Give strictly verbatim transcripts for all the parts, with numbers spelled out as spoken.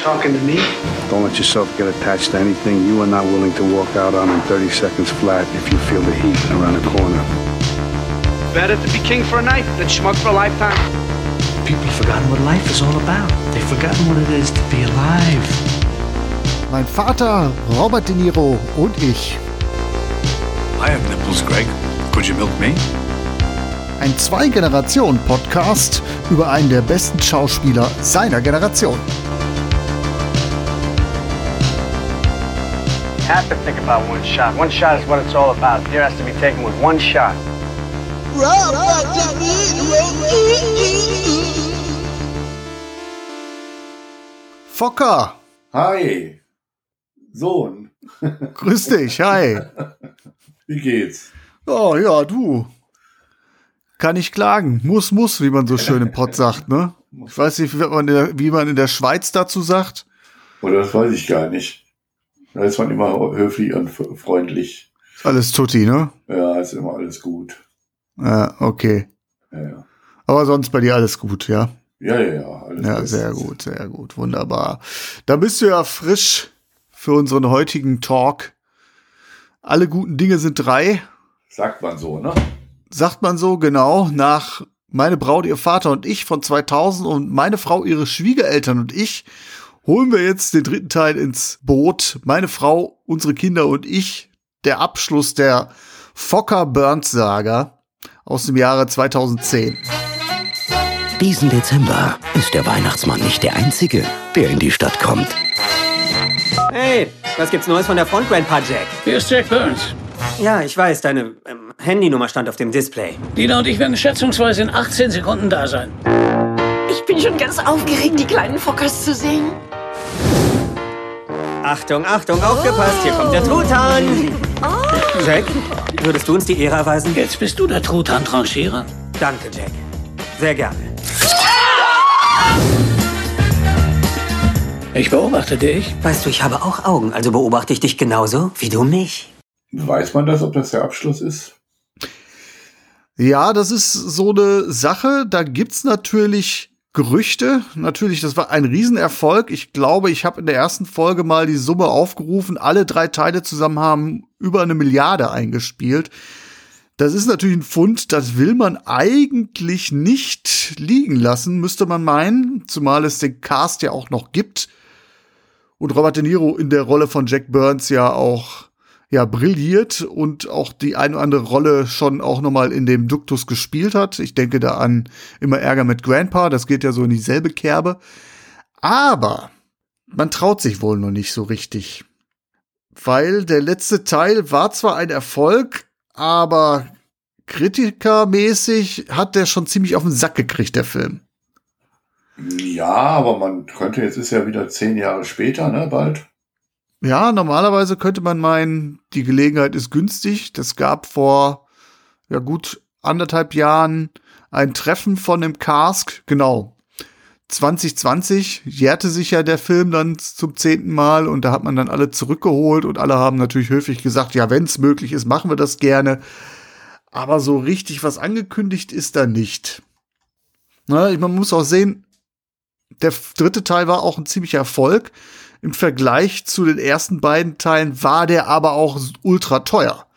talking to me? Don't let yourself get attached to anything you are not willing to walk out on in thirty seconds flat if you feel the heat around the corner. Better to be king for a night than schmuck for a lifetime. People have forgotten what life is all about. They've forgotten what it is to be alive. Mein Vater, Robert De Niro und ich. I have nipples, Greg. Could you milk me? Ein Zwei-Generationen-Podcast über einen der besten Schauspieler seiner Generation. You have to think about one shot. One shot is what it's all about. Here has to be taken with one shot. Fokker! Hi, Sohn. Grüß dich, hi. Wie geht's? Oh ja, du. Kann ich klagen. Muss, muss, wie man so schön im Pott sagt, ne? Ich weiß nicht, wie man in der, wie man in der Schweiz dazu sagt. Oder das weiß ich gar nicht. Da ist man immer höflich und freundlich. Alles tutti, ne? Ja, ist immer alles gut. Ja, okay. Ja, ja. Aber sonst bei dir alles gut, ja? Ja, ja, ja. Alles ja, bestens. sehr gut, sehr gut. Wunderbar. Da bist du ja frisch für unseren heutigen Talk. Alle guten Dinge sind drei. Sagt man so, ne? Sagt man so, genau. Nach Meine Braut, ihr Vater und ich von zweitausend und Meine Frau, ihre Schwiegereltern und ich holen wir jetzt den dritten Teil ins Boot. Meine Frau, unsere Kinder und ich. Der Abschluss der Fokker-Burns-Saga aus dem Jahre zweitausendzehn. Diesen Dezember ist der Weihnachtsmann nicht der Einzige, der in die Stadt kommt. Hey, was gibt's Neues von der Front, Grandpa Jack? Hier ist Jack Burns. Ja, ich weiß, deine ähm, Handynummer stand auf dem Display. Dina und ich werden schätzungsweise in achtzehn Sekunden da sein. Ich bin schon ganz aufgeregt, die kleinen Fockers zu sehen. Achtung, Achtung, aufgepasst, hier kommt der Truthahn. Oh. Jack, würdest du uns die Ehre erweisen? Jetzt bist du der Truthahn-Tranchierer. Danke, Jack. Sehr gerne. Ich beobachte dich. Weißt du, ich habe auch Augen, also beobachte ich dich genauso wie du mich. Weiß man das, ob das der Abschluss ist? Ja, das ist so eine Sache. Da gibt's natürlich Gerüchte. Natürlich, das war ein Riesenerfolg. Ich glaube, ich habe in der ersten Folge mal die Summe aufgerufen. Alle drei Teile zusammen haben über eine Milliarde eingespielt. Das ist natürlich ein Fund, das will man eigentlich nicht liegen lassen, müsste man meinen. Zumal es den Cast ja auch noch gibt. Und Robert De Niro in der Rolle von Jack Burns ja auch ja brilliert und auch die eine oder andere Rolle schon auch noch mal in dem Duktus gespielt hat. Ich denke da an Immer Ärger mit Grandpa, das geht ja so in dieselbe Kerbe. Aber man traut sich wohl noch nicht so richtig. Weil der letzte Teil war zwar ein Erfolg, aber kritikermäßig hat der schon ziemlich auf den Sack gekriegt, der Film. Ja, aber man könnte, jetzt ist ja wieder zehn Jahre später, ne, bald. Ja, normalerweise könnte man meinen, die Gelegenheit ist günstig. Das gab vor, ja gut, anderthalb Jahren ein Treffen von dem Cast, genau. zwanzig zwanzig jährte sich ja der Film dann zum zehnten Mal und da hat man dann alle zurückgeholt und alle haben natürlich höflich gesagt, ja, wenn es möglich ist, machen wir das gerne. Aber so richtig was angekündigt ist da nicht. Na, man muss auch sehen, der dritte Teil war auch ein ziemlicher Erfolg. Im Vergleich zu den ersten beiden Teilen war der aber auch ultra teuer.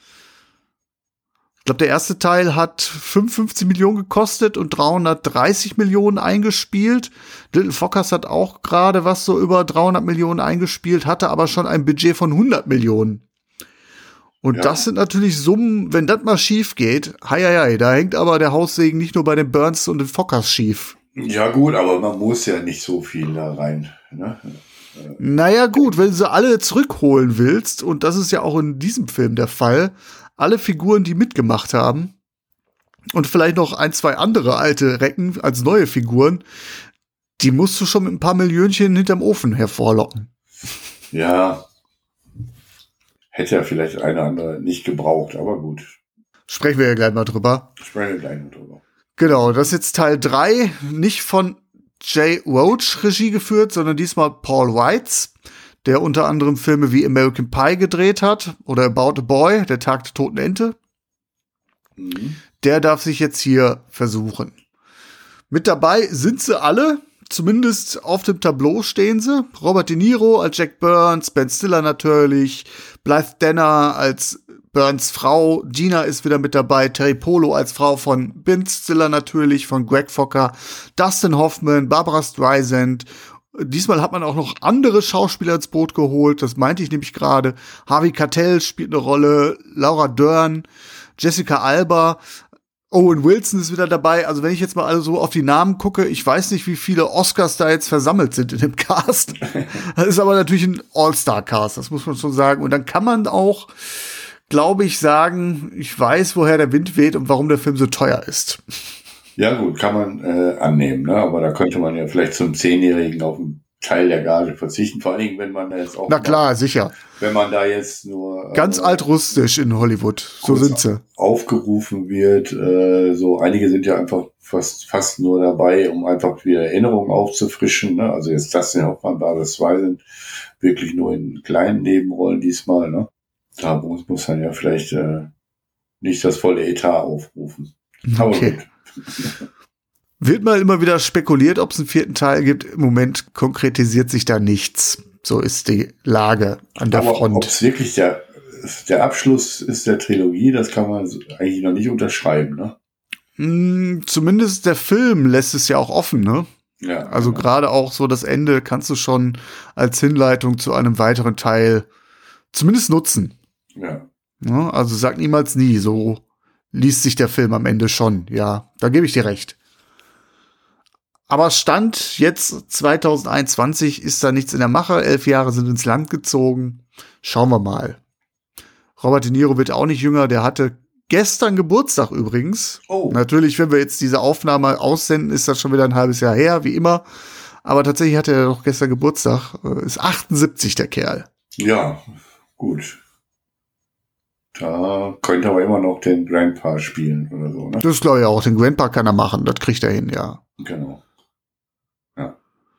Ich glaube, der erste Teil hat fünfundfünfzig Millionen gekostet und dreihundertdreißig Millionen eingespielt. Little Fockers hat auch gerade was so über dreihundert Millionen eingespielt, hatte aber schon ein Budget von hundert Millionen. Und ja, das sind natürlich Summen, wenn das mal schief geht, hei, hei, hei, da hängt aber der Haussegen nicht nur bei den Burns und den Fockers schief. Ja gut, aber man muss ja nicht so viel da rein, ne? Naja gut, wenn du sie alle zurückholen willst, und das ist ja auch in diesem Film der Fall, alle Figuren, die mitgemacht haben und vielleicht noch ein, zwei andere alte Recken als neue Figuren, die musst du schon mit ein paar Millionchen hinterm Ofen hervorlocken. Ja, hätte ja vielleicht eine andere nicht gebraucht, aber gut. Sprechen wir ja gleich mal drüber. Sprechen wir gleich mal drüber. Genau, das ist jetzt Teil drei, nicht von Jay Roach Regie geführt, sondern diesmal Paul Weitz, der unter anderem Filme wie American Pie gedreht hat oder About a Boy, Der Tag der toten Ente. Mhm. Der darf sich jetzt hier versuchen. Mit dabei sind sie alle, zumindest auf dem Tableau stehen sie. Robert De Niro als Jack Burns, Ben Stiller natürlich, Blythe Danner als Burns Frau, Gina ist wieder mit dabei, Terry Polo als Frau von Ben Stiller natürlich, von Greg Focker, Dustin Hoffman, Barbara Streisand. Diesmal hat man auch noch andere Schauspieler ins Boot geholt, das meinte ich nämlich gerade. Harvey Keitel spielt eine Rolle, Laura Dern, Jessica Alba, Owen Wilson ist wieder dabei. Also wenn ich jetzt mal alle so auf die Namen gucke, ich weiß nicht, wie viele Oscars da jetzt versammelt sind in dem Cast. Das ist aber natürlich ein All-Star-Cast, das muss man schon sagen. Und dann kann man auch, glaube ich, sagen, ich weiß, woher der Wind weht und warum der Film so teuer ist. Ja gut, kann man äh, annehmen, ne? Aber da könnte man ja vielleicht zum Zehnjährigen auf einen Teil der Gage verzichten, vor allen Dingen, wenn man da jetzt auch... Na klar, sicher. Wenn man da jetzt nur... Ganz äh, altrustisch in Hollywood, so sind sie. Aufgerufen wird, äh, so einige sind ja einfach fast fast nur dabei, um einfach wieder Erinnerungen aufzufrischen, ne? Also jetzt Dustin Hoffman, Barbara Streisand, wirklich nur in kleinen Nebenrollen diesmal, ne? Da muss, muss man ja vielleicht äh, nicht das volle Etat aufrufen. Aber okay. Gut. Wird mal immer wieder spekuliert, ob es einen vierten Teil gibt. Im Moment konkretisiert sich da nichts. So ist die Lage an der Aber Front. Ob es wirklich der, der Abschluss ist der Trilogie, das kann man eigentlich noch nicht unterschreiben, ne? Mm, zumindest der Film lässt es ja auch offen, ne? Ja. Also genau. Gerade auch so das Ende kannst du schon als Hinleitung zu einem weiteren Teil zumindest nutzen. Ja. Ja, also sag niemals nie, so liest sich der Film am Ende schon. Ja, da gebe ich dir recht. Aber Stand jetzt zwanzig einundzwanzig ist da nichts in der Mache. Elf Jahre sind ins Land gezogen. Schauen wir mal. Robert De Niro wird auch nicht jünger. Der hatte gestern Geburtstag übrigens. Oh. Natürlich, wenn wir jetzt diese Aufnahme aussenden, ist das schon wieder ein halbes Jahr her, wie immer. Aber tatsächlich hatte er doch gestern Geburtstag. Ist achtundsiebzig, der Kerl. Ja, gut. Da könnte aber immer noch den Grandpa spielen oder so, ne? Das glaube ich auch. Den Grandpa kann er machen. Das kriegt er hin, ja. Genau. Ja.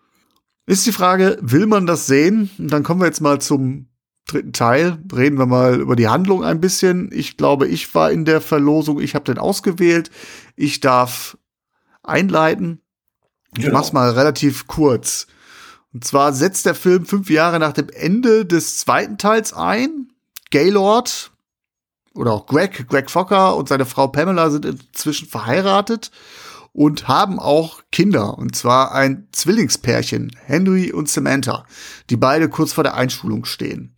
Ist die Frage, will man das sehen? Und dann kommen wir jetzt mal zum dritten Teil. Reden wir mal über die Handlung ein bisschen. Ich glaube, ich war in der Verlosung. Ich habe den ausgewählt. Ich darf einleiten. Ich Genau. mach's mal relativ kurz. Und zwar setzt der Film fünf Jahre nach dem Ende des zweiten Teils ein. Gaylord oder auch Greg, Greg Focker und seine Frau Pamela sind inzwischen verheiratet und haben auch Kinder. Und zwar ein Zwillingspärchen, Henry und Samantha, die beide kurz vor der Einschulung stehen.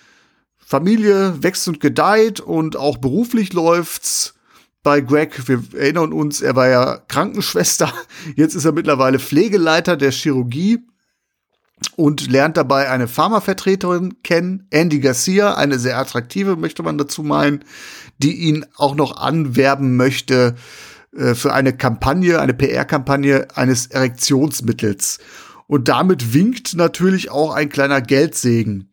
Familie wächst und gedeiht und auch beruflich läuft's bei Greg. Wir erinnern uns, er war ja Krankenschwester. Jetzt ist er mittlerweile Pflegeleiter der Chirurgie und lernt dabei eine Pharmavertreterin kennen, Andy Garcia, eine sehr attraktive, möchte man dazu meinen, die ihn auch noch anwerben möchte äh, für eine Kampagne, eine P R-Kampagne eines Erektionsmittels. Und damit winkt natürlich auch ein kleiner Geldsegen.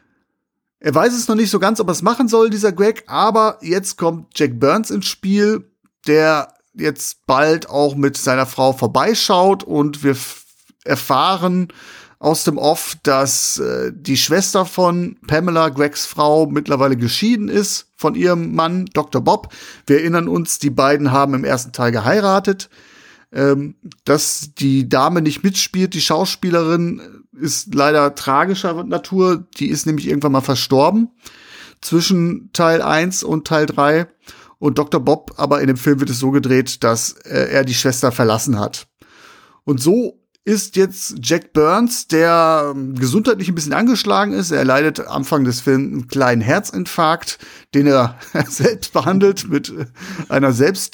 Er weiß es noch nicht so ganz, ob er es machen soll, dieser Greg, aber jetzt kommt Jack Burns ins Spiel, der jetzt bald auch mit seiner Frau vorbeischaut und wir f- erfahren aus dem Off, dass äh, die Schwester von Pamela, Gregs Frau, mittlerweile geschieden ist von ihrem Mann, Doktor Bob. Wir erinnern uns, die beiden haben im ersten Teil geheiratet. Ähm, dass die Dame nicht mitspielt, die Schauspielerin, ist leider tragischer Natur. Die ist nämlich irgendwann mal verstorben zwischen Teil eins und Teil drei. Und Doktor Bob, aber in dem Film wird es so gedreht, dass äh, er die Schwester verlassen hat. Und so ist jetzt Jack Burns, der ähm, gesundheitlich ein bisschen angeschlagen ist. Er leidet Anfang des Films einen kleinen Herzinfarkt, den er selbst behandelt mit einer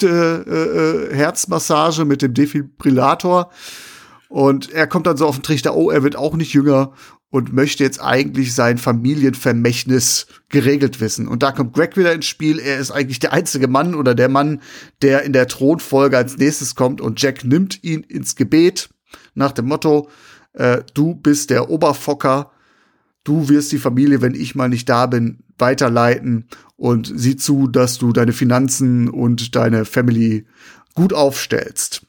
Selbst-Herzmassage äh, äh, mit dem Defibrillator. Und er kommt dann so auf den Trichter, oh, er wird auch nicht jünger und möchte jetzt eigentlich sein Familienvermächtnis geregelt wissen. Und da kommt Greg wieder ins Spiel. Er ist eigentlich der einzige Mann oder der Mann, der in der Thronfolge als nächstes kommt. Und Jack nimmt ihn ins Gebet nach dem Motto, äh, du bist der Oberfocker, du wirst die Familie, wenn ich mal nicht da bin, weiterleiten und sieh zu, dass du deine Finanzen und deine Family gut aufstellst.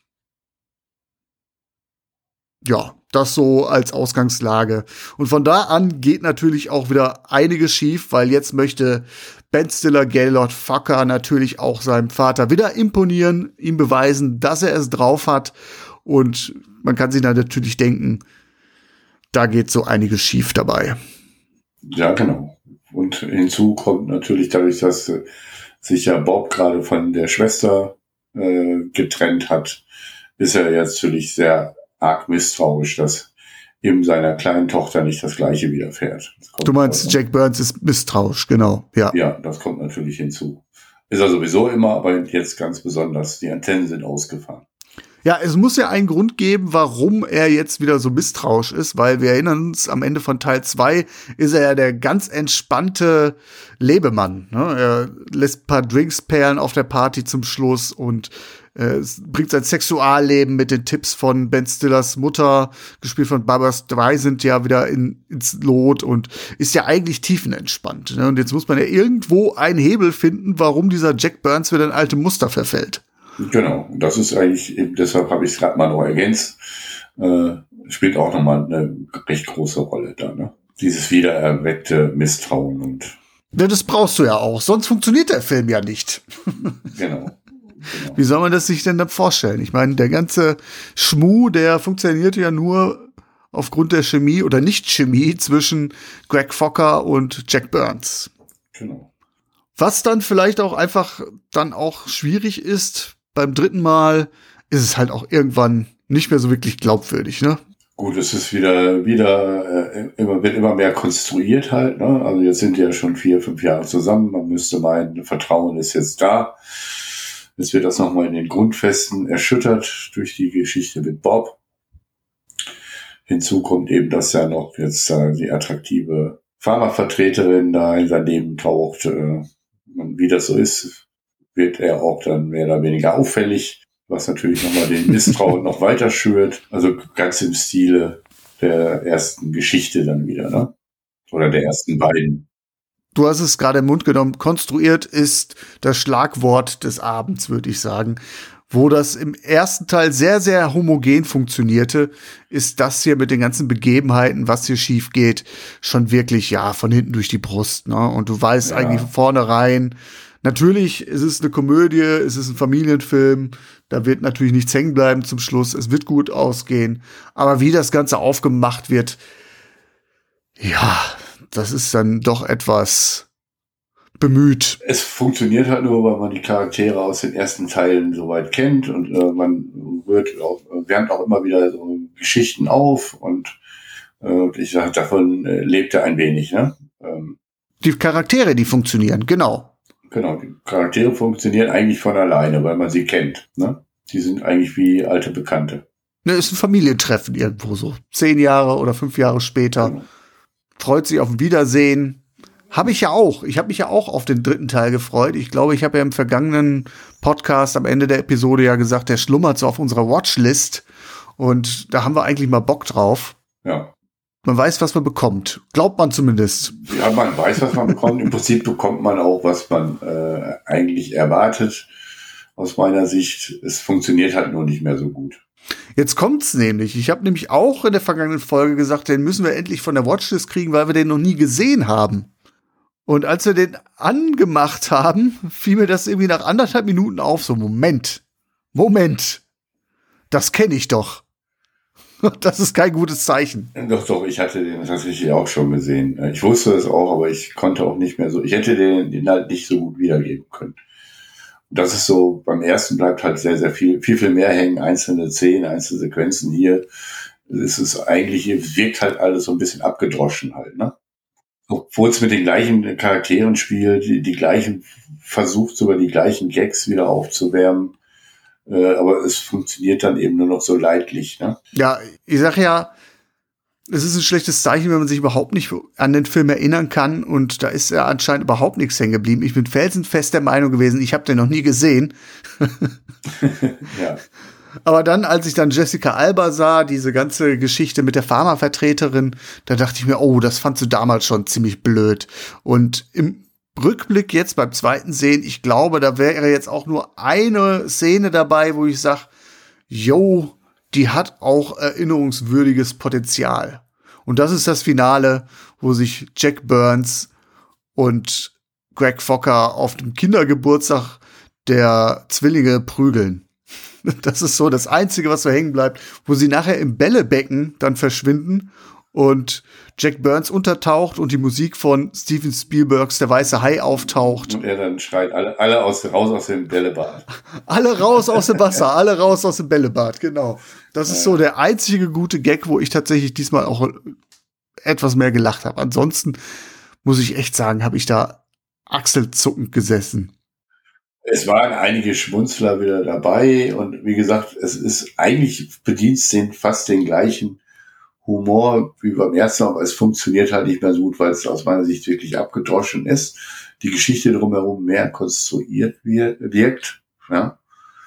Ja, das so als Ausgangslage. Und von da an geht natürlich auch wieder einiges schief, weil jetzt möchte Ben Stiller, Gaylord Focker, natürlich auch seinem Vater wieder imponieren, ihm beweisen, dass er es drauf hat. Und man kann sich dann natürlich denken, da geht so einiges schief dabei. Ja, genau. Und hinzu kommt natürlich dadurch, dass äh, sich ja Bob gerade von der Schwester äh, getrennt hat, ist er jetzt natürlich sehr arg misstrauisch, dass eben seiner kleinen Tochter nicht das Gleiche widerfährt. Du meinst, Jack Burns ist misstrauisch, genau, ja. Ja, das kommt natürlich hinzu. Ist er sowieso immer, aber jetzt ganz besonders. Die Antennen sind ausgefahren. Ja, es muss ja einen Grund geben, warum er jetzt wieder so misstrauisch ist, weil wir erinnern uns, am Ende von Teil zwei ist er ja der ganz entspannte Lebemann. Ne? Er lässt ein paar Drinks perlen auf der Party zum Schluss und äh, bringt sein Sexualleben mit den Tipps von Ben Stillers Mutter, gespielt von Barbra Streisand, ja wieder in, ins Lot und ist ja eigentlich tiefenentspannt. Ne? Und jetzt muss man ja irgendwo einen Hebel finden, warum dieser Jack Burns wieder in alte Muster verfällt. Genau, das ist eigentlich, eben deshalb habe ich es gerade mal noch ergänzt, äh, spielt auch nochmal eine recht große Rolle da, ne? Dieses wiedererweckte Misstrauen und. Ja, das brauchst du ja auch, sonst funktioniert der Film ja nicht. Genau. Genau. Wie soll man das sich denn dann vorstellen? Ich meine, der ganze Schmuh, der funktioniert ja nur aufgrund der Chemie oder Nicht-Chemie zwischen Greg Focker und Jack Burns. Genau. Was dann vielleicht auch einfach dann auch schwierig ist, beim dritten Mal ist es halt auch irgendwann nicht mehr so wirklich glaubwürdig, ne? Gut, es ist wieder, wieder, äh, immer, wird immer mehr konstruiert halt, ne? Also jetzt sind die ja schon vier, fünf Jahre zusammen. Man müsste meinen, Vertrauen ist jetzt da. Jetzt wird das nochmal in den Grundfesten erschüttert durch die Geschichte mit Bob. Hinzu kommt eben, dass ja noch jetzt äh, die attraktive Pharmavertreterin da in sein Leben taucht. Äh, und wie das so ist, wird er auch dann mehr oder weniger auffällig, was natürlich nochmal den Misstrauen noch weiter schürt. Also ganz im Stile der ersten Geschichte dann wieder, ne? Oder der ersten beiden. Du hast es gerade im Mund genommen. Konstruiert ist das Schlagwort des Abends, würde ich sagen. Wo das im ersten Teil sehr, sehr homogen funktionierte, ist das hier mit den ganzen Begebenheiten, was hier schief geht, schon wirklich, ja, von hinten durch die Brust, ne? Und du weißt ja eigentlich von vornherein, natürlich ist es eine Komödie, es ist ein Familienfilm, da wird natürlich nichts hängen bleiben zum Schluss, es wird gut ausgehen, aber wie das Ganze aufgemacht wird, ja, das ist dann doch etwas bemüht. Es funktioniert halt nur, weil man die Charaktere aus den ersten Teilen soweit kennt und äh, man wird auch, wärmt auch immer wieder so Geschichten auf und äh, ich sage, davon äh, lebt er ein wenig, ne? Ähm, die Charaktere, die funktionieren, genau. Genau, die Charaktere funktionieren eigentlich von alleine, weil man sie kennt, ne? Die sind eigentlich wie alte Bekannte. Ne, ist ein Familientreffen irgendwo so. Zehn Jahre oder fünf Jahre später. Genau. Freut sich auf ein Wiedersehen. Habe ich ja auch. Ich habe mich ja auch auf den dritten Teil gefreut. Ich glaube, ich habe ja im vergangenen Podcast am Ende der Episode ja gesagt, der schlummert so auf unserer Watchlist. Und da haben wir eigentlich mal Bock drauf. Ja. Man weiß, was man bekommt. Glaubt man zumindest. Ja, man weiß, was man bekommt. Im Prinzip bekommt man auch, was man äh, eigentlich erwartet. Aus meiner Sicht. Es funktioniert halt nur nicht mehr so gut. Jetzt kommt's nämlich. Ich habe nämlich auch in der vergangenen Folge gesagt, den müssen wir endlich von der Watchlist kriegen, weil wir den noch nie gesehen haben. Und als wir den angemacht haben, fiel mir das irgendwie nach anderthalb Minuten auf. So, Moment, Moment, das kenne ich doch. Das ist kein gutes Zeichen. Doch, doch, ich hatte den tatsächlich auch schon gesehen. Ich wusste es auch, aber ich konnte auch nicht mehr so, ich hätte den Inhalt nicht so gut wiedergeben können. Und das ist so, beim ersten bleibt halt sehr, sehr viel, viel, viel mehr hängen, einzelne Szenen, einzelne Sequenzen hier. Es ist eigentlich, es wirkt halt alles so ein bisschen abgedroschen halt, ne? Obwohl es mit den gleichen Charakteren spielt, die, die gleichen, versucht sogar die gleichen Gags wieder aufzuwärmen. Äh, aber es funktioniert dann eben nur noch so leidlich, ne? Ja, ich sag ja, es ist ein schlechtes Zeichen, wenn man sich überhaupt nicht an den Film erinnern kann. Und da ist ja anscheinend überhaupt nichts hängen geblieben. Ich bin felsenfest der Meinung gewesen, ich habe den noch nie gesehen. Ja. Aber dann, als ich dann Jessica Alba sah, diese ganze Geschichte mit der Pharmavertreterin, da dachte ich mir, oh, das fandst du damals schon ziemlich blöd. Und im Rückblick jetzt beim zweiten Sehen, ich glaube, da wäre jetzt auch nur eine Szene dabei, wo ich sage, yo, die hat auch erinnerungswürdiges Potenzial. Und das ist das Finale, wo sich Jack Burns und Greg Focker auf dem Kindergeburtstag der Zwillinge prügeln. Das ist so das Einzige, was so hängen bleibt, wo sie nachher im Bällebecken dann verschwinden und Jack Burns untertaucht und die Musik von Steven Spielbergs Der weiße Hai auftaucht. Und er dann schreit, alle, alle aus, raus aus dem Bällebad. Alle raus aus dem Wasser, alle raus aus dem Bällebad, genau. Das ist so der einzige gute Gag, wo ich tatsächlich diesmal auch etwas mehr gelacht habe. Ansonsten muss ich echt sagen, habe ich da achselzuckend gesessen. Es waren einige Schmunzler wieder dabei und wie gesagt, es ist eigentlich bedient den fast den gleichen Humor wie beim ersten Mal, aber es funktioniert halt nicht mehr so gut, weil es aus meiner Sicht wirklich abgedroschen ist. Die Geschichte drumherum mehr konstruiert wirkt, ja.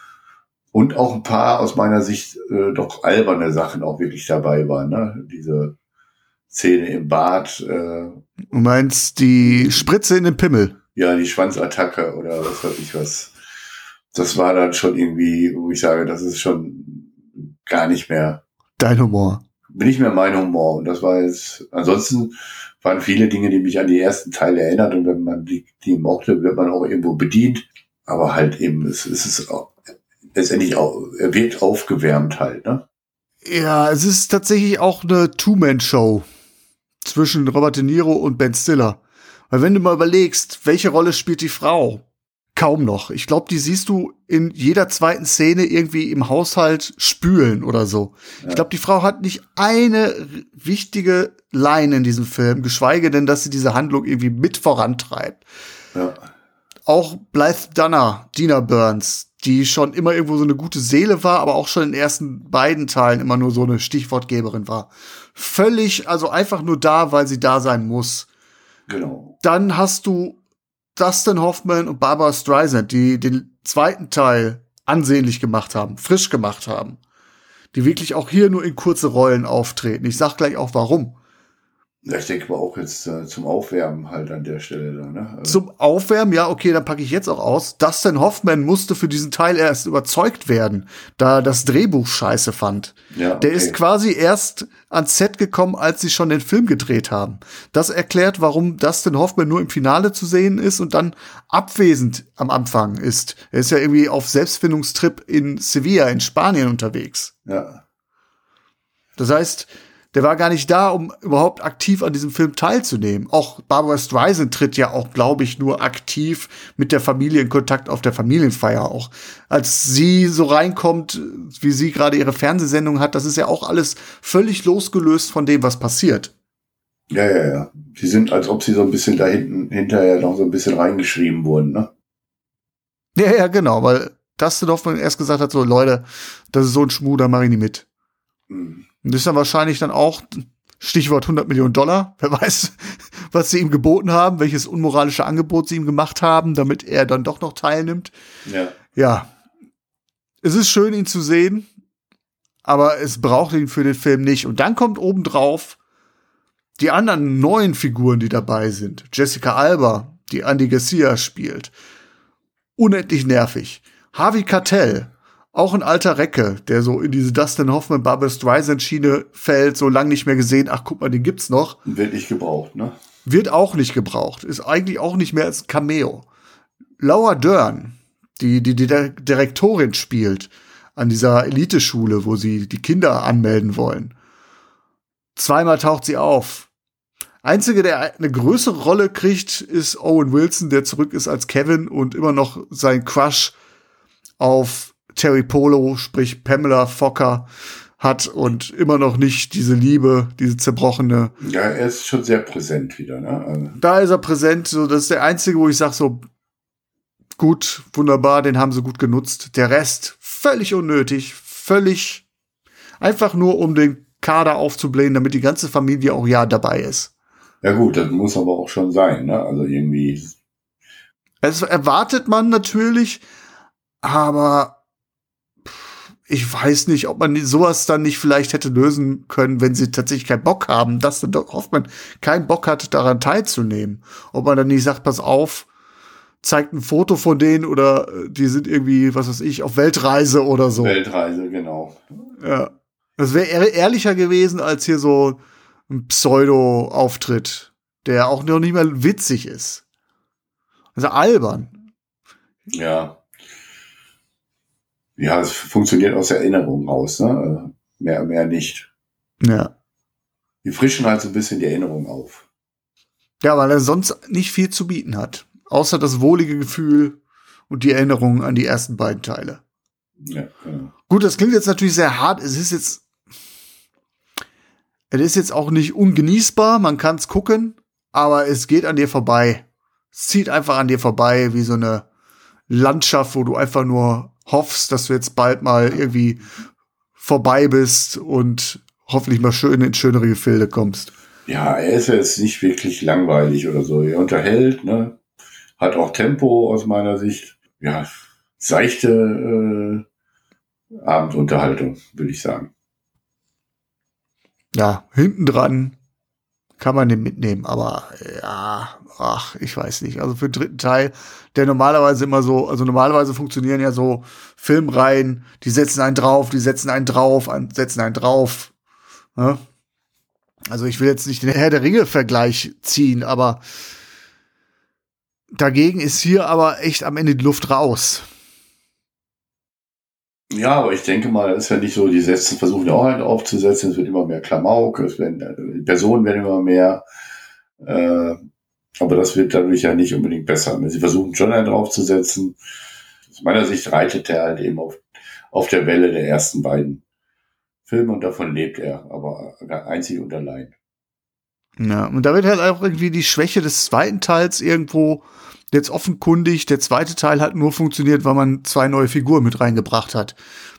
Und auch ein paar aus meiner Sicht äh, doch alberne Sachen auch wirklich dabei waren, ne? Diese Szene im Bad. Äh, du meinst die Spritze in den Pimmel? Ja, die Schwanzattacke oder was weiß ich was. Das war dann schon irgendwie, wo ich sage, das ist schon gar nicht mehr dein Humor. Nicht mehr mein Humor. Und das war jetzt, ansonsten waren viele Dinge, die mich an die ersten Teile erinnert. Und wenn man die, die mochte, wird man auch irgendwo bedient. Aber halt eben, es, es ist auch, letztendlich auch, er wird aufgewärmt halt, ne? Ja, es ist tatsächlich auch eine Two-Man-Show zwischen Robert De Niro und Ben Stiller. Weil wenn du mal überlegst, welche Rolle spielt die Frau? Kaum noch. Ich glaube, die siehst du in jeder zweiten Szene irgendwie im Haushalt spülen oder so. Ja. Ich glaube, die Frau hat nicht eine wichtige Line in diesem Film, geschweige denn, dass sie diese Handlung irgendwie mit vorantreibt. Ja. Auch Blythe Danner, Dina Burns, die schon immer irgendwo so eine gute Seele war, aber auch schon in den ersten beiden Teilen immer nur so eine Stichwortgeberin war. Völlig, also einfach nur da, weil sie da sein muss. Genau. Dann hast du Dustin Hoffman und Barbara Streisand, die den zweiten Teil ansehnlich gemacht haben, frisch gemacht haben. Die wirklich auch hier nur in kurze Rollen auftreten. Ich sag gleich auch, warum. Ja, ich denke aber auch jetzt äh, zum Aufwärmen halt an der Stelle da, ne? Also zum Aufwärmen, ja, okay, dann packe ich jetzt auch aus. Dustin Hoffman musste für diesen Teil erst überzeugt werden, da er das Drehbuch scheiße fand. Ja, Der okay. ist quasi erst ans Set gekommen, als sie schon den Film gedreht haben. Das erklärt, warum Dustin Hoffman nur im Finale zu sehen ist und dann abwesend am Anfang ist. Er ist ja irgendwie auf Selbstfindungstrip in Sevilla in Spanien unterwegs. Ja. Das heißt, der war gar nicht da, um überhaupt aktiv an diesem Film teilzunehmen. Auch Barbara Streisand tritt ja auch, glaube ich, nur aktiv mit der Familie in Kontakt auf der Familienfeier auch. Als sie so reinkommt, wie sie gerade ihre Fernsehsendung hat, das ist ja auch alles völlig losgelöst von dem, was passiert. Ja, ja, ja. Die sind, als ob sie so ein bisschen da hinten, hinterher noch so ein bisschen reingeschrieben wurden, ne? Ja, ja, genau, weil Dustin Hoffman erst gesagt hat, so, Leute, das ist so ein Schmuh, da mach ich nicht mit. Mhm. Und das ist dann wahrscheinlich dann auch, Stichwort hundert Millionen Dollar, wer weiß, was sie ihm geboten haben, welches unmoralische Angebot sie ihm gemacht haben, damit er dann doch noch teilnimmt. Ja. Ja. Es ist schön, ihn zu sehen, aber es braucht ihn für den Film nicht. Und dann kommt obendrauf die anderen neuen Figuren, die dabei sind. Jessica Alba, die Andy Garcia spielt. Unendlich nervig. Harvey Keitel, auch ein alter Recke, der so in diese Dustin Hoffman, Barbara Streisand Schiene fällt, so lang nicht mehr gesehen. Ach, guck mal, den gibt's noch. Wird nicht gebraucht, ne? Wird auch nicht gebraucht. Ist eigentlich auch nicht mehr als ein Cameo. Laura Dern, die, die die Direktorin spielt an dieser Eliteschule, wo sie die Kinder anmelden wollen. Zweimal taucht sie auf. Einzige, der eine größere Rolle kriegt, ist Owen Wilson, der zurück ist als Kevin und immer noch sein Crush auf Terry Polo, sprich Pamela Fokker, hat und immer noch nicht diese Liebe, diese zerbrochene. Ja, er ist schon sehr präsent wieder, ne? Also da ist er präsent, so, das ist der einzige, wo ich sag so, gut, wunderbar, den haben sie gut genutzt. Der Rest völlig unnötig, völlig einfach nur, um den Kader aufzublähen, damit die ganze Familie auch ja dabei ist. Ja gut, das muss aber auch schon sein, ne? Also irgendwie. Das erwartet man natürlich, aber ich weiß nicht, ob man sowas dann nicht vielleicht hätte lösen können, wenn sie tatsächlich keinen Bock haben, dass dann Hoffman keinen Bock hat, daran teilzunehmen. Ob man dann nicht sagt, pass auf, zeigt ein Foto von denen oder die sind irgendwie, was weiß ich, auf Weltreise oder so. Weltreise, genau. Ja. Das wäre ehrlicher gewesen als hier so ein Pseudo-Auftritt, der auch noch nicht mal witzig ist. Also albern. Ja. ja, es funktioniert aus der Erinnerung raus, ne? Mehr, mehr nicht. Ja. Die frischen halt so ein bisschen die Erinnerung auf. Ja, weil er sonst nicht viel zu bieten hat. Außer das wohlige Gefühl und die Erinnerung an die ersten beiden Teile. Ja, genau. Gut, das klingt jetzt natürlich sehr hart. Es ist jetzt, es ist jetzt auch nicht ungenießbar. Man kann es gucken, aber es geht an dir vorbei. Es zieht einfach an dir vorbei, wie so eine Landschaft, wo du einfach nur hoffst, dass du jetzt bald mal irgendwie vorbei bist und hoffentlich mal schön in schönere Gefilde kommst. Ja, er ist jetzt nicht wirklich langweilig oder so. Er unterhält, ne? Hat auch Tempo aus meiner Sicht. Ja, seichte äh, Abendunterhaltung, würde ich sagen. Ja, hinten dran kann man den mitnehmen, aber ja, ach, ich weiß nicht. Also für den dritten Teil, der normalerweise immer so, also normalerweise funktionieren ja so Filmreihen, die setzen einen drauf, die setzen einen drauf, einen, setzen einen drauf. Ne? Also ich will jetzt nicht den Herr der Ringe-Vergleich ziehen, aber dagegen ist hier aber echt am Ende die Luft raus. Ja, aber ich denke mal, es ist ja nicht so, die setzen, versuchen ja auch halt aufzusetzen, es wird immer mehr Klamauk, es werden, die Personen werden immer mehr, äh, aber das wird dadurch ja nicht unbedingt besser. Sie versuchen schon einen draufzusetzen. Aus meiner Sicht reitet er halt eben auf, auf der Welle der ersten beiden Filme und davon lebt er, aber einzig und allein. Ja, und da wird halt auch irgendwie die Schwäche des zweiten Teils irgendwo jetzt offenkundig. Der zweite Teil hat nur funktioniert, weil man zwei neue Figuren mit reingebracht hat.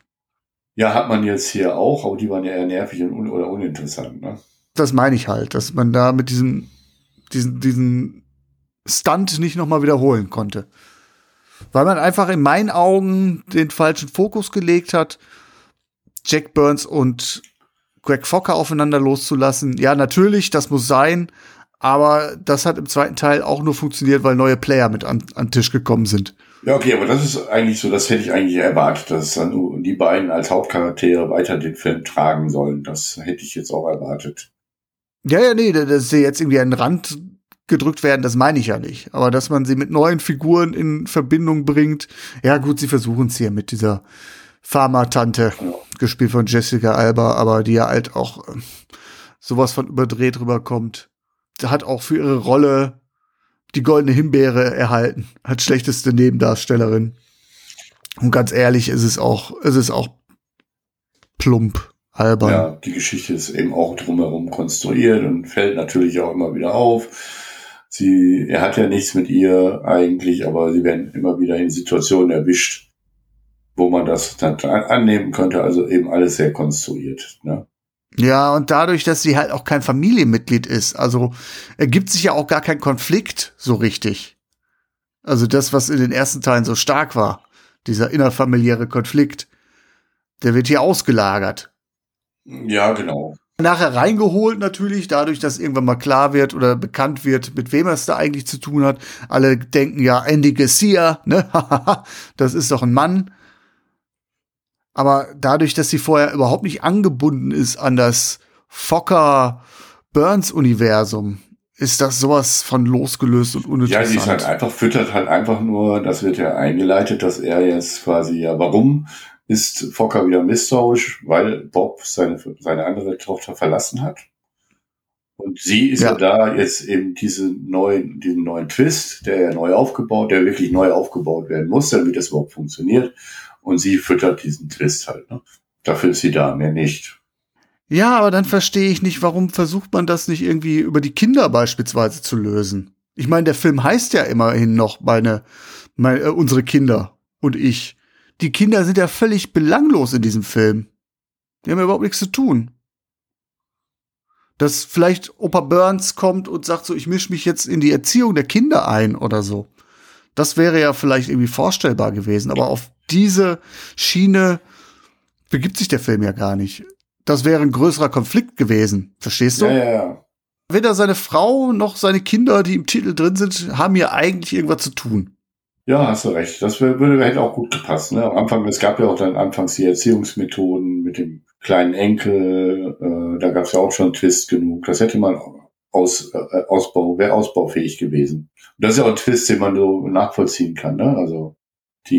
Ja, hat man jetzt hier auch, aber die waren ja eher nervig und un- oder uninteressant, ne? Das meine ich halt, dass man da mit diesem diesen, diesen Stunt nicht nochmal wiederholen konnte. Weil man einfach in meinen Augen den falschen Fokus gelegt hat, Jack Burns und Greg Fokker aufeinander loszulassen. Ja, natürlich, das muss sein, aber das hat im zweiten Teil auch nur funktioniert, weil neue Player mit an, an den Tisch gekommen sind. Ja, okay, aber das ist eigentlich so, das hätte ich eigentlich erwartet, dass dann die beiden als Hauptcharaktere weiter den Film tragen sollen. Das hätte ich jetzt auch erwartet. Ja, ja, nee, dass sie jetzt irgendwie an den Rand gedrückt werden, das meine ich ja nicht. Aber dass man sie mit neuen Figuren in Verbindung bringt, ja gut, sie versuchen es hier mit dieser Pharma-Tante, ja. Gespielt von Jessica Alba, aber die ja halt auch äh, sowas von überdreht rüberkommt. Hat auch für ihre Rolle die goldene Himbeere erhalten, als schlechteste Nebendarstellerin. Und ganz ehrlich, ist es auch, ist es auch plump, albern. Ja, die Geschichte ist eben auch drumherum konstruiert und fällt natürlich auch immer wieder auf. Sie, er hat ja nichts mit ihr eigentlich, aber sie werden immer wieder in Situationen erwischt, wo man das dann annehmen könnte, also eben alles sehr konstruiert, ne? Ja, und dadurch, dass sie halt auch kein Familienmitglied ist, also ergibt sich ja auch gar kein Konflikt so richtig. Also das, was in den ersten Teilen so stark war, dieser innerfamiliäre Konflikt, der wird hier ausgelagert. Ja, genau. Nachher reingeholt natürlich, dadurch, dass irgendwann mal klar wird oder bekannt wird, mit wem er es da eigentlich zu tun hat. Alle denken ja, Andy Garcia, ne? Das ist doch ein Mann. Aber dadurch, dass sie vorher überhaupt nicht angebunden ist an das Fokker-Burns-Universum, ist das sowas von losgelöst und uninteressant. Ja, sie ist halt einfach, füttert halt einfach nur, das wird ja eingeleitet, dass er jetzt quasi, ja, warum ist Fokker wieder misstrauisch? Weil Bob seine, seine andere Tochter verlassen hat. Und sie ist ja, ja da jetzt eben diesen neuen, diesen neuen Twist, der ja neu aufgebaut, der wirklich neu aufgebaut werden muss, damit das überhaupt funktioniert. Und sie füttert diesen Twist halt, ne? Dafür ist sie da, mehr nicht. Ja, aber dann verstehe ich nicht, warum versucht man das nicht irgendwie über die Kinder beispielsweise zu lösen? Ich meine, der Film heißt ja immerhin noch meine, meine äh, unsere Kinder und ich. Die Kinder sind ja völlig belanglos in diesem Film. Die haben ja überhaupt nichts zu tun. Dass vielleicht Opa Burns kommt und sagt so, ich mische mich jetzt in die Erziehung der Kinder ein oder so. Das wäre ja vielleicht irgendwie vorstellbar gewesen, aber auf diese Schiene begibt sich der Film ja gar nicht. Das wäre ein größerer Konflikt gewesen. Verstehst du? Ja, ja, ja. Weder seine Frau noch seine Kinder, die im Titel drin sind, haben hier eigentlich irgendwas zu tun. Ja, hast du recht. Das würde, hätte auch gut gepasst. Ne? Am Anfang, es gab ja auch dann anfangs die Erziehungsmethoden mit dem kleinen Enkel. Äh, da gab es ja auch schon Twist genug. Das hätte man aus, äh, Ausbau, wäre ausbaufähig gewesen. Und das ist ja auch ein Twist, den man so nachvollziehen kann. Ne? Also die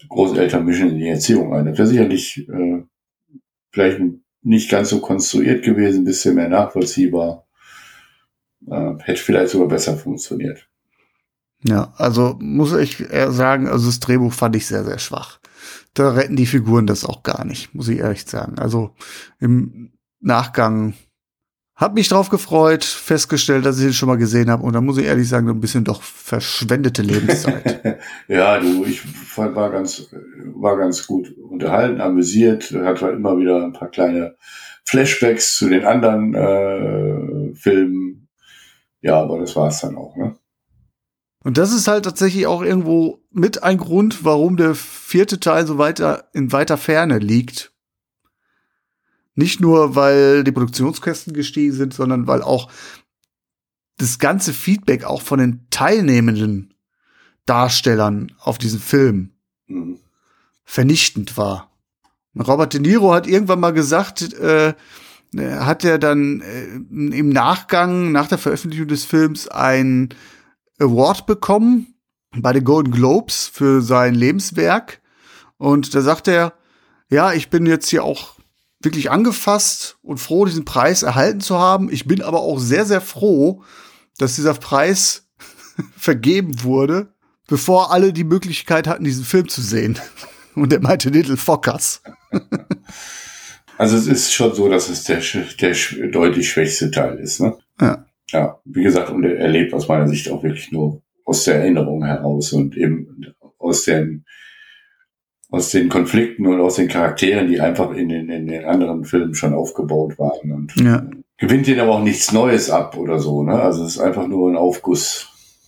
Großeltern mischen in die Erziehung ein. Das wäre sicherlich äh, vielleicht nicht ganz so konstruiert gewesen, ein bisschen mehr nachvollziehbar. Äh, hätte vielleicht sogar besser funktioniert. Ja, also muss ich eher sagen, also das Drehbuch fand ich sehr, sehr schwach. Da retten die Figuren das auch gar nicht, muss ich ehrlich sagen. Also im Nachgang hab mich drauf gefreut, festgestellt, dass ich ihn schon mal gesehen habe. Und da muss ich ehrlich sagen, so ein bisschen doch verschwendete Lebenszeit. Ja, du, ich fand, war ganz, war ganz gut unterhalten, amüsiert, hat halt immer wieder ein paar kleine Flashbacks zu den anderen äh, Filmen. Ja, aber das war's dann auch, ne? Und das ist halt tatsächlich auch irgendwo mit ein Grund, warum der vierte Teil so weiter in weiter Ferne liegt. Nicht nur, weil die Produktionskosten gestiegen sind, sondern weil auch das ganze Feedback auch von den teilnehmenden Darstellern auf diesen Film mhm. vernichtend war. Robert De Niro hat irgendwann mal gesagt, äh, hat er dann äh, im Nachgang, nach der Veröffentlichung des Films, ein Award bekommen bei den Golden Globes für sein Lebenswerk. Und da sagt er, ja, ich bin jetzt hier auch wirklich angefasst und froh, diesen Preis erhalten zu haben. Ich bin aber auch sehr, sehr froh, dass dieser Preis vergeben wurde, bevor alle die Möglichkeit hatten, diesen Film zu sehen. Und er meinte Little Fockers. Also es ist schon so, dass es der, der deutlich schwächste Teil ist, ne? Ja. Ja, wie gesagt, und er lebt aus meiner Sicht auch wirklich nur aus der Erinnerung heraus und eben aus den, aus den Konflikten und aus den Charakteren, die einfach in den, in den anderen Filmen schon aufgebaut waren. Und ja. gewinnt ihnen aber auch nichts Neues ab oder so, ne? Also es ist einfach nur ein Aufguss.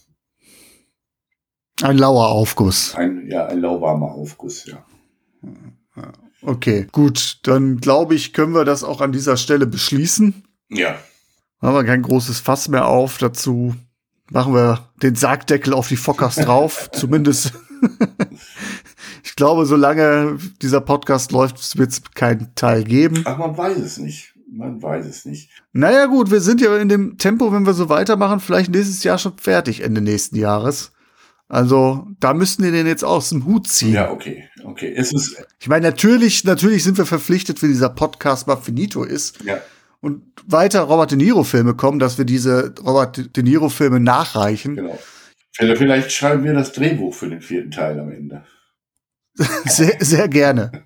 Ein lauer Aufguss. Ein, ja, ein lauwarmer Aufguss, ja. Okay, gut, dann glaube ich, können wir das auch an dieser Stelle beschließen. Ja. Haben wir kein großes Fass mehr auf. Dazu machen wir den Sargdeckel auf die Fockers drauf. Zumindest. Ich glaube, solange dieser Podcast läuft, wird es keinen Teil geben. Ach, man weiß es nicht. Man weiß es nicht. Naja, gut, wir sind ja in dem Tempo, wenn wir so weitermachen, vielleicht nächstes Jahr schon fertig, Ende nächsten Jahres. Also, da müssten wir den jetzt aus dem Hut ziehen. Ja, okay. Okay. Es ist. Ich meine, natürlich, natürlich sind wir verpflichtet, wenn dieser Podcast mal finito ist. Ja. Und weiter Robert De Niro-Filme kommen, dass wir diese Robert De Niro-Filme nachreichen. Genau. Vielleicht schreiben wir das Drehbuch für den vierten Teil am Ende. Sehr, sehr gerne.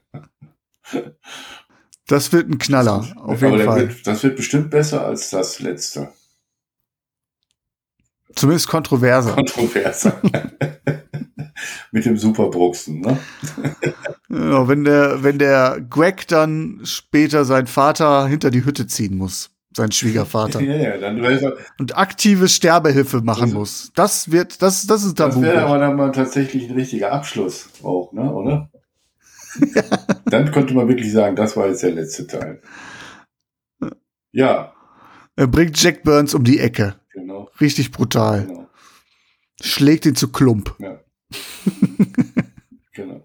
Das wird ein Knaller, das, auf jeden Fall. Wird, das wird bestimmt besser als das letzte. Zumindest kontroverser. Kontroverser. Mit dem Superbruxen, ne? Ja, wenn der, wenn der Greg dann später seinen Vater hinter die Hütte ziehen muss, sein Schwiegervater. Ja, ja, dann er, und aktive Sterbehilfe machen also, muss. Das wird, das, das ist Tabu. Das wäre aber dann mal tatsächlich ein richtiger Abschluss auch, ne, oder? Ja. Dann könnte man wirklich sagen, das war jetzt der letzte Teil. Ja. Er bringt Jack Burns um die Ecke. Genau. Richtig brutal. Genau. Schlägt ihn zu Klump. Ja. Genau.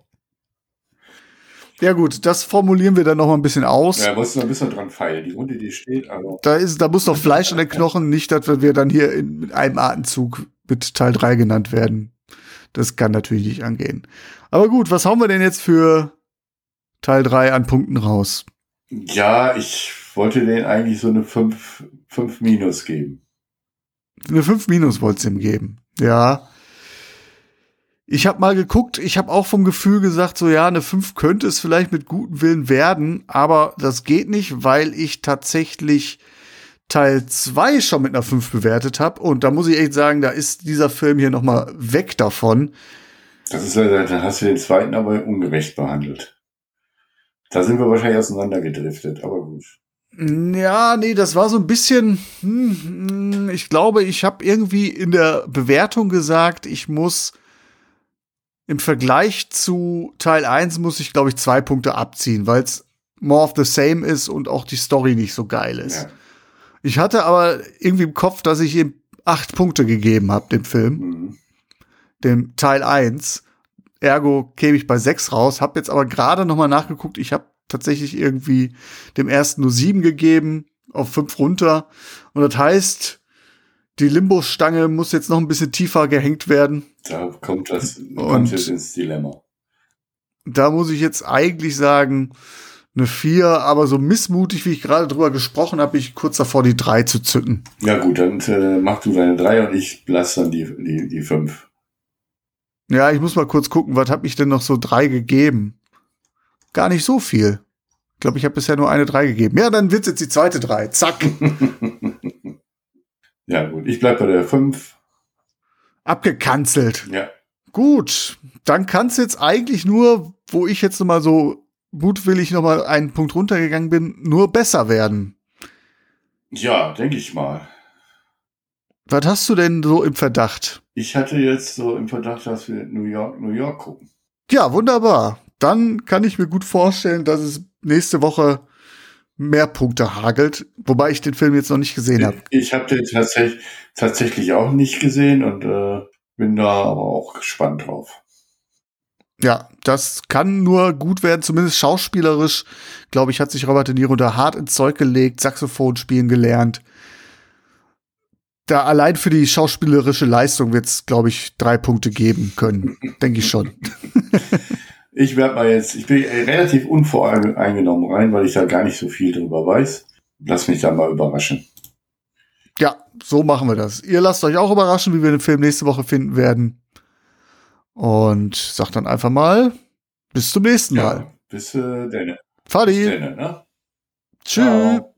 Ja gut, das formulieren wir dann noch mal ein bisschen aus. Ja, musst du noch ein bisschen dran feilen. Die Hunde, die steht, aber da ist, da muss noch Fleisch an den Knochen, nicht, dass wir dann hier in, mit einem Atemzug mit Teil drei genannt werden. Das kann natürlich nicht angehen. Aber gut, was hauen wir denn jetzt für Teil drei an Punkten raus? Ja, ich wollte denen eigentlich so eine fünf minus geben. Eine fünf minus wollt's ihm geben. Ja. Ich habe mal geguckt, ich habe auch vom Gefühl gesagt, so ja, eine fünf könnte es vielleicht mit gutem Willen werden, aber das geht nicht, weil ich tatsächlich Teil zwei schon mit einer fünf bewertet habe und da muss ich echt sagen, da ist dieser Film hier noch mal weg davon. Das ist leider, dann hast du den zweiten aber ungerecht behandelt. Da sind wir wahrscheinlich auseinandergedriftet, aber gut. Ja, nee, das war so ein bisschen, hm, ich glaube, ich habe irgendwie in der Bewertung gesagt, ich muss im Vergleich zu Teil eins muss ich, glaube ich, zwei Punkte abziehen, weil es more of the same ist und auch die Story nicht so geil ist. Ja. Ich hatte aber irgendwie im Kopf, dass ich ihm acht Punkte gegeben habe, dem Film. Mhm. Dem Teil eins. Ergo käme ich bei sechs raus, habe jetzt aber gerade noch mal nachgeguckt, ich habe tatsächlich irgendwie dem ersten nur sieben gegeben, auf fünf runter. Und das heißt, die Limbo-Stange muss jetzt noch ein bisschen tiefer gehängt werden. Da kommt das kommt jetzt ins Dilemma. Da muss ich jetzt eigentlich sagen, eine vier, aber so missmutig, wie ich gerade drüber gesprochen habe, bin ich kurz davor, die drei zu zücken. Ja gut, dann äh, mach du deine drei und ich lasse dann die, die, die fünf. Ja, ich muss mal kurz gucken, was hat mich denn noch so drei gegeben? Gar nicht so viel. Ich glaube, ich habe bisher nur eine drei gegeben. Ja, dann wird's jetzt die zweite drei. Zack. Ja gut, ich bleib bei der fünf. Abgekanzelt. Ja. Gut, dann kann's jetzt eigentlich nur, wo ich jetzt noch mal so mutwillig noch mal einen Punkt runtergegangen bin, nur besser werden. Ja, denke ich mal. Was hast du denn so im Verdacht? Ich hatte jetzt so im Verdacht, dass wir New York, New York gucken. Ja, wunderbar. Dann kann ich mir gut vorstellen, dass es nächste Woche mehr Punkte hagelt, wobei ich den Film jetzt noch nicht gesehen habe. Ich habe den tatsächlich, tatsächlich auch nicht gesehen und äh, bin da aber auch gespannt drauf. Ja, das kann nur gut werden, zumindest schauspielerisch. Glaube ich, hat sich Robert De Niro da hart ins Zeug gelegt, Saxophon spielen gelernt. Da allein für die schauspielerische Leistung wird es, glaube ich, drei Punkte geben können. Denke ich schon. Ich werde mal jetzt, ich bin relativ unvoreingenommen rein, weil ich da gar nicht so viel drüber weiß. Lass mich da mal überraschen. Ja, so machen wir das. Ihr lasst euch auch überraschen, wie wir den Film nächste Woche finden werden. Und sagt dann einfach mal, bis zum nächsten Mal. Ja, bis äh, denne. Fadi. Bis denne, ne? Tschüss. Ciao.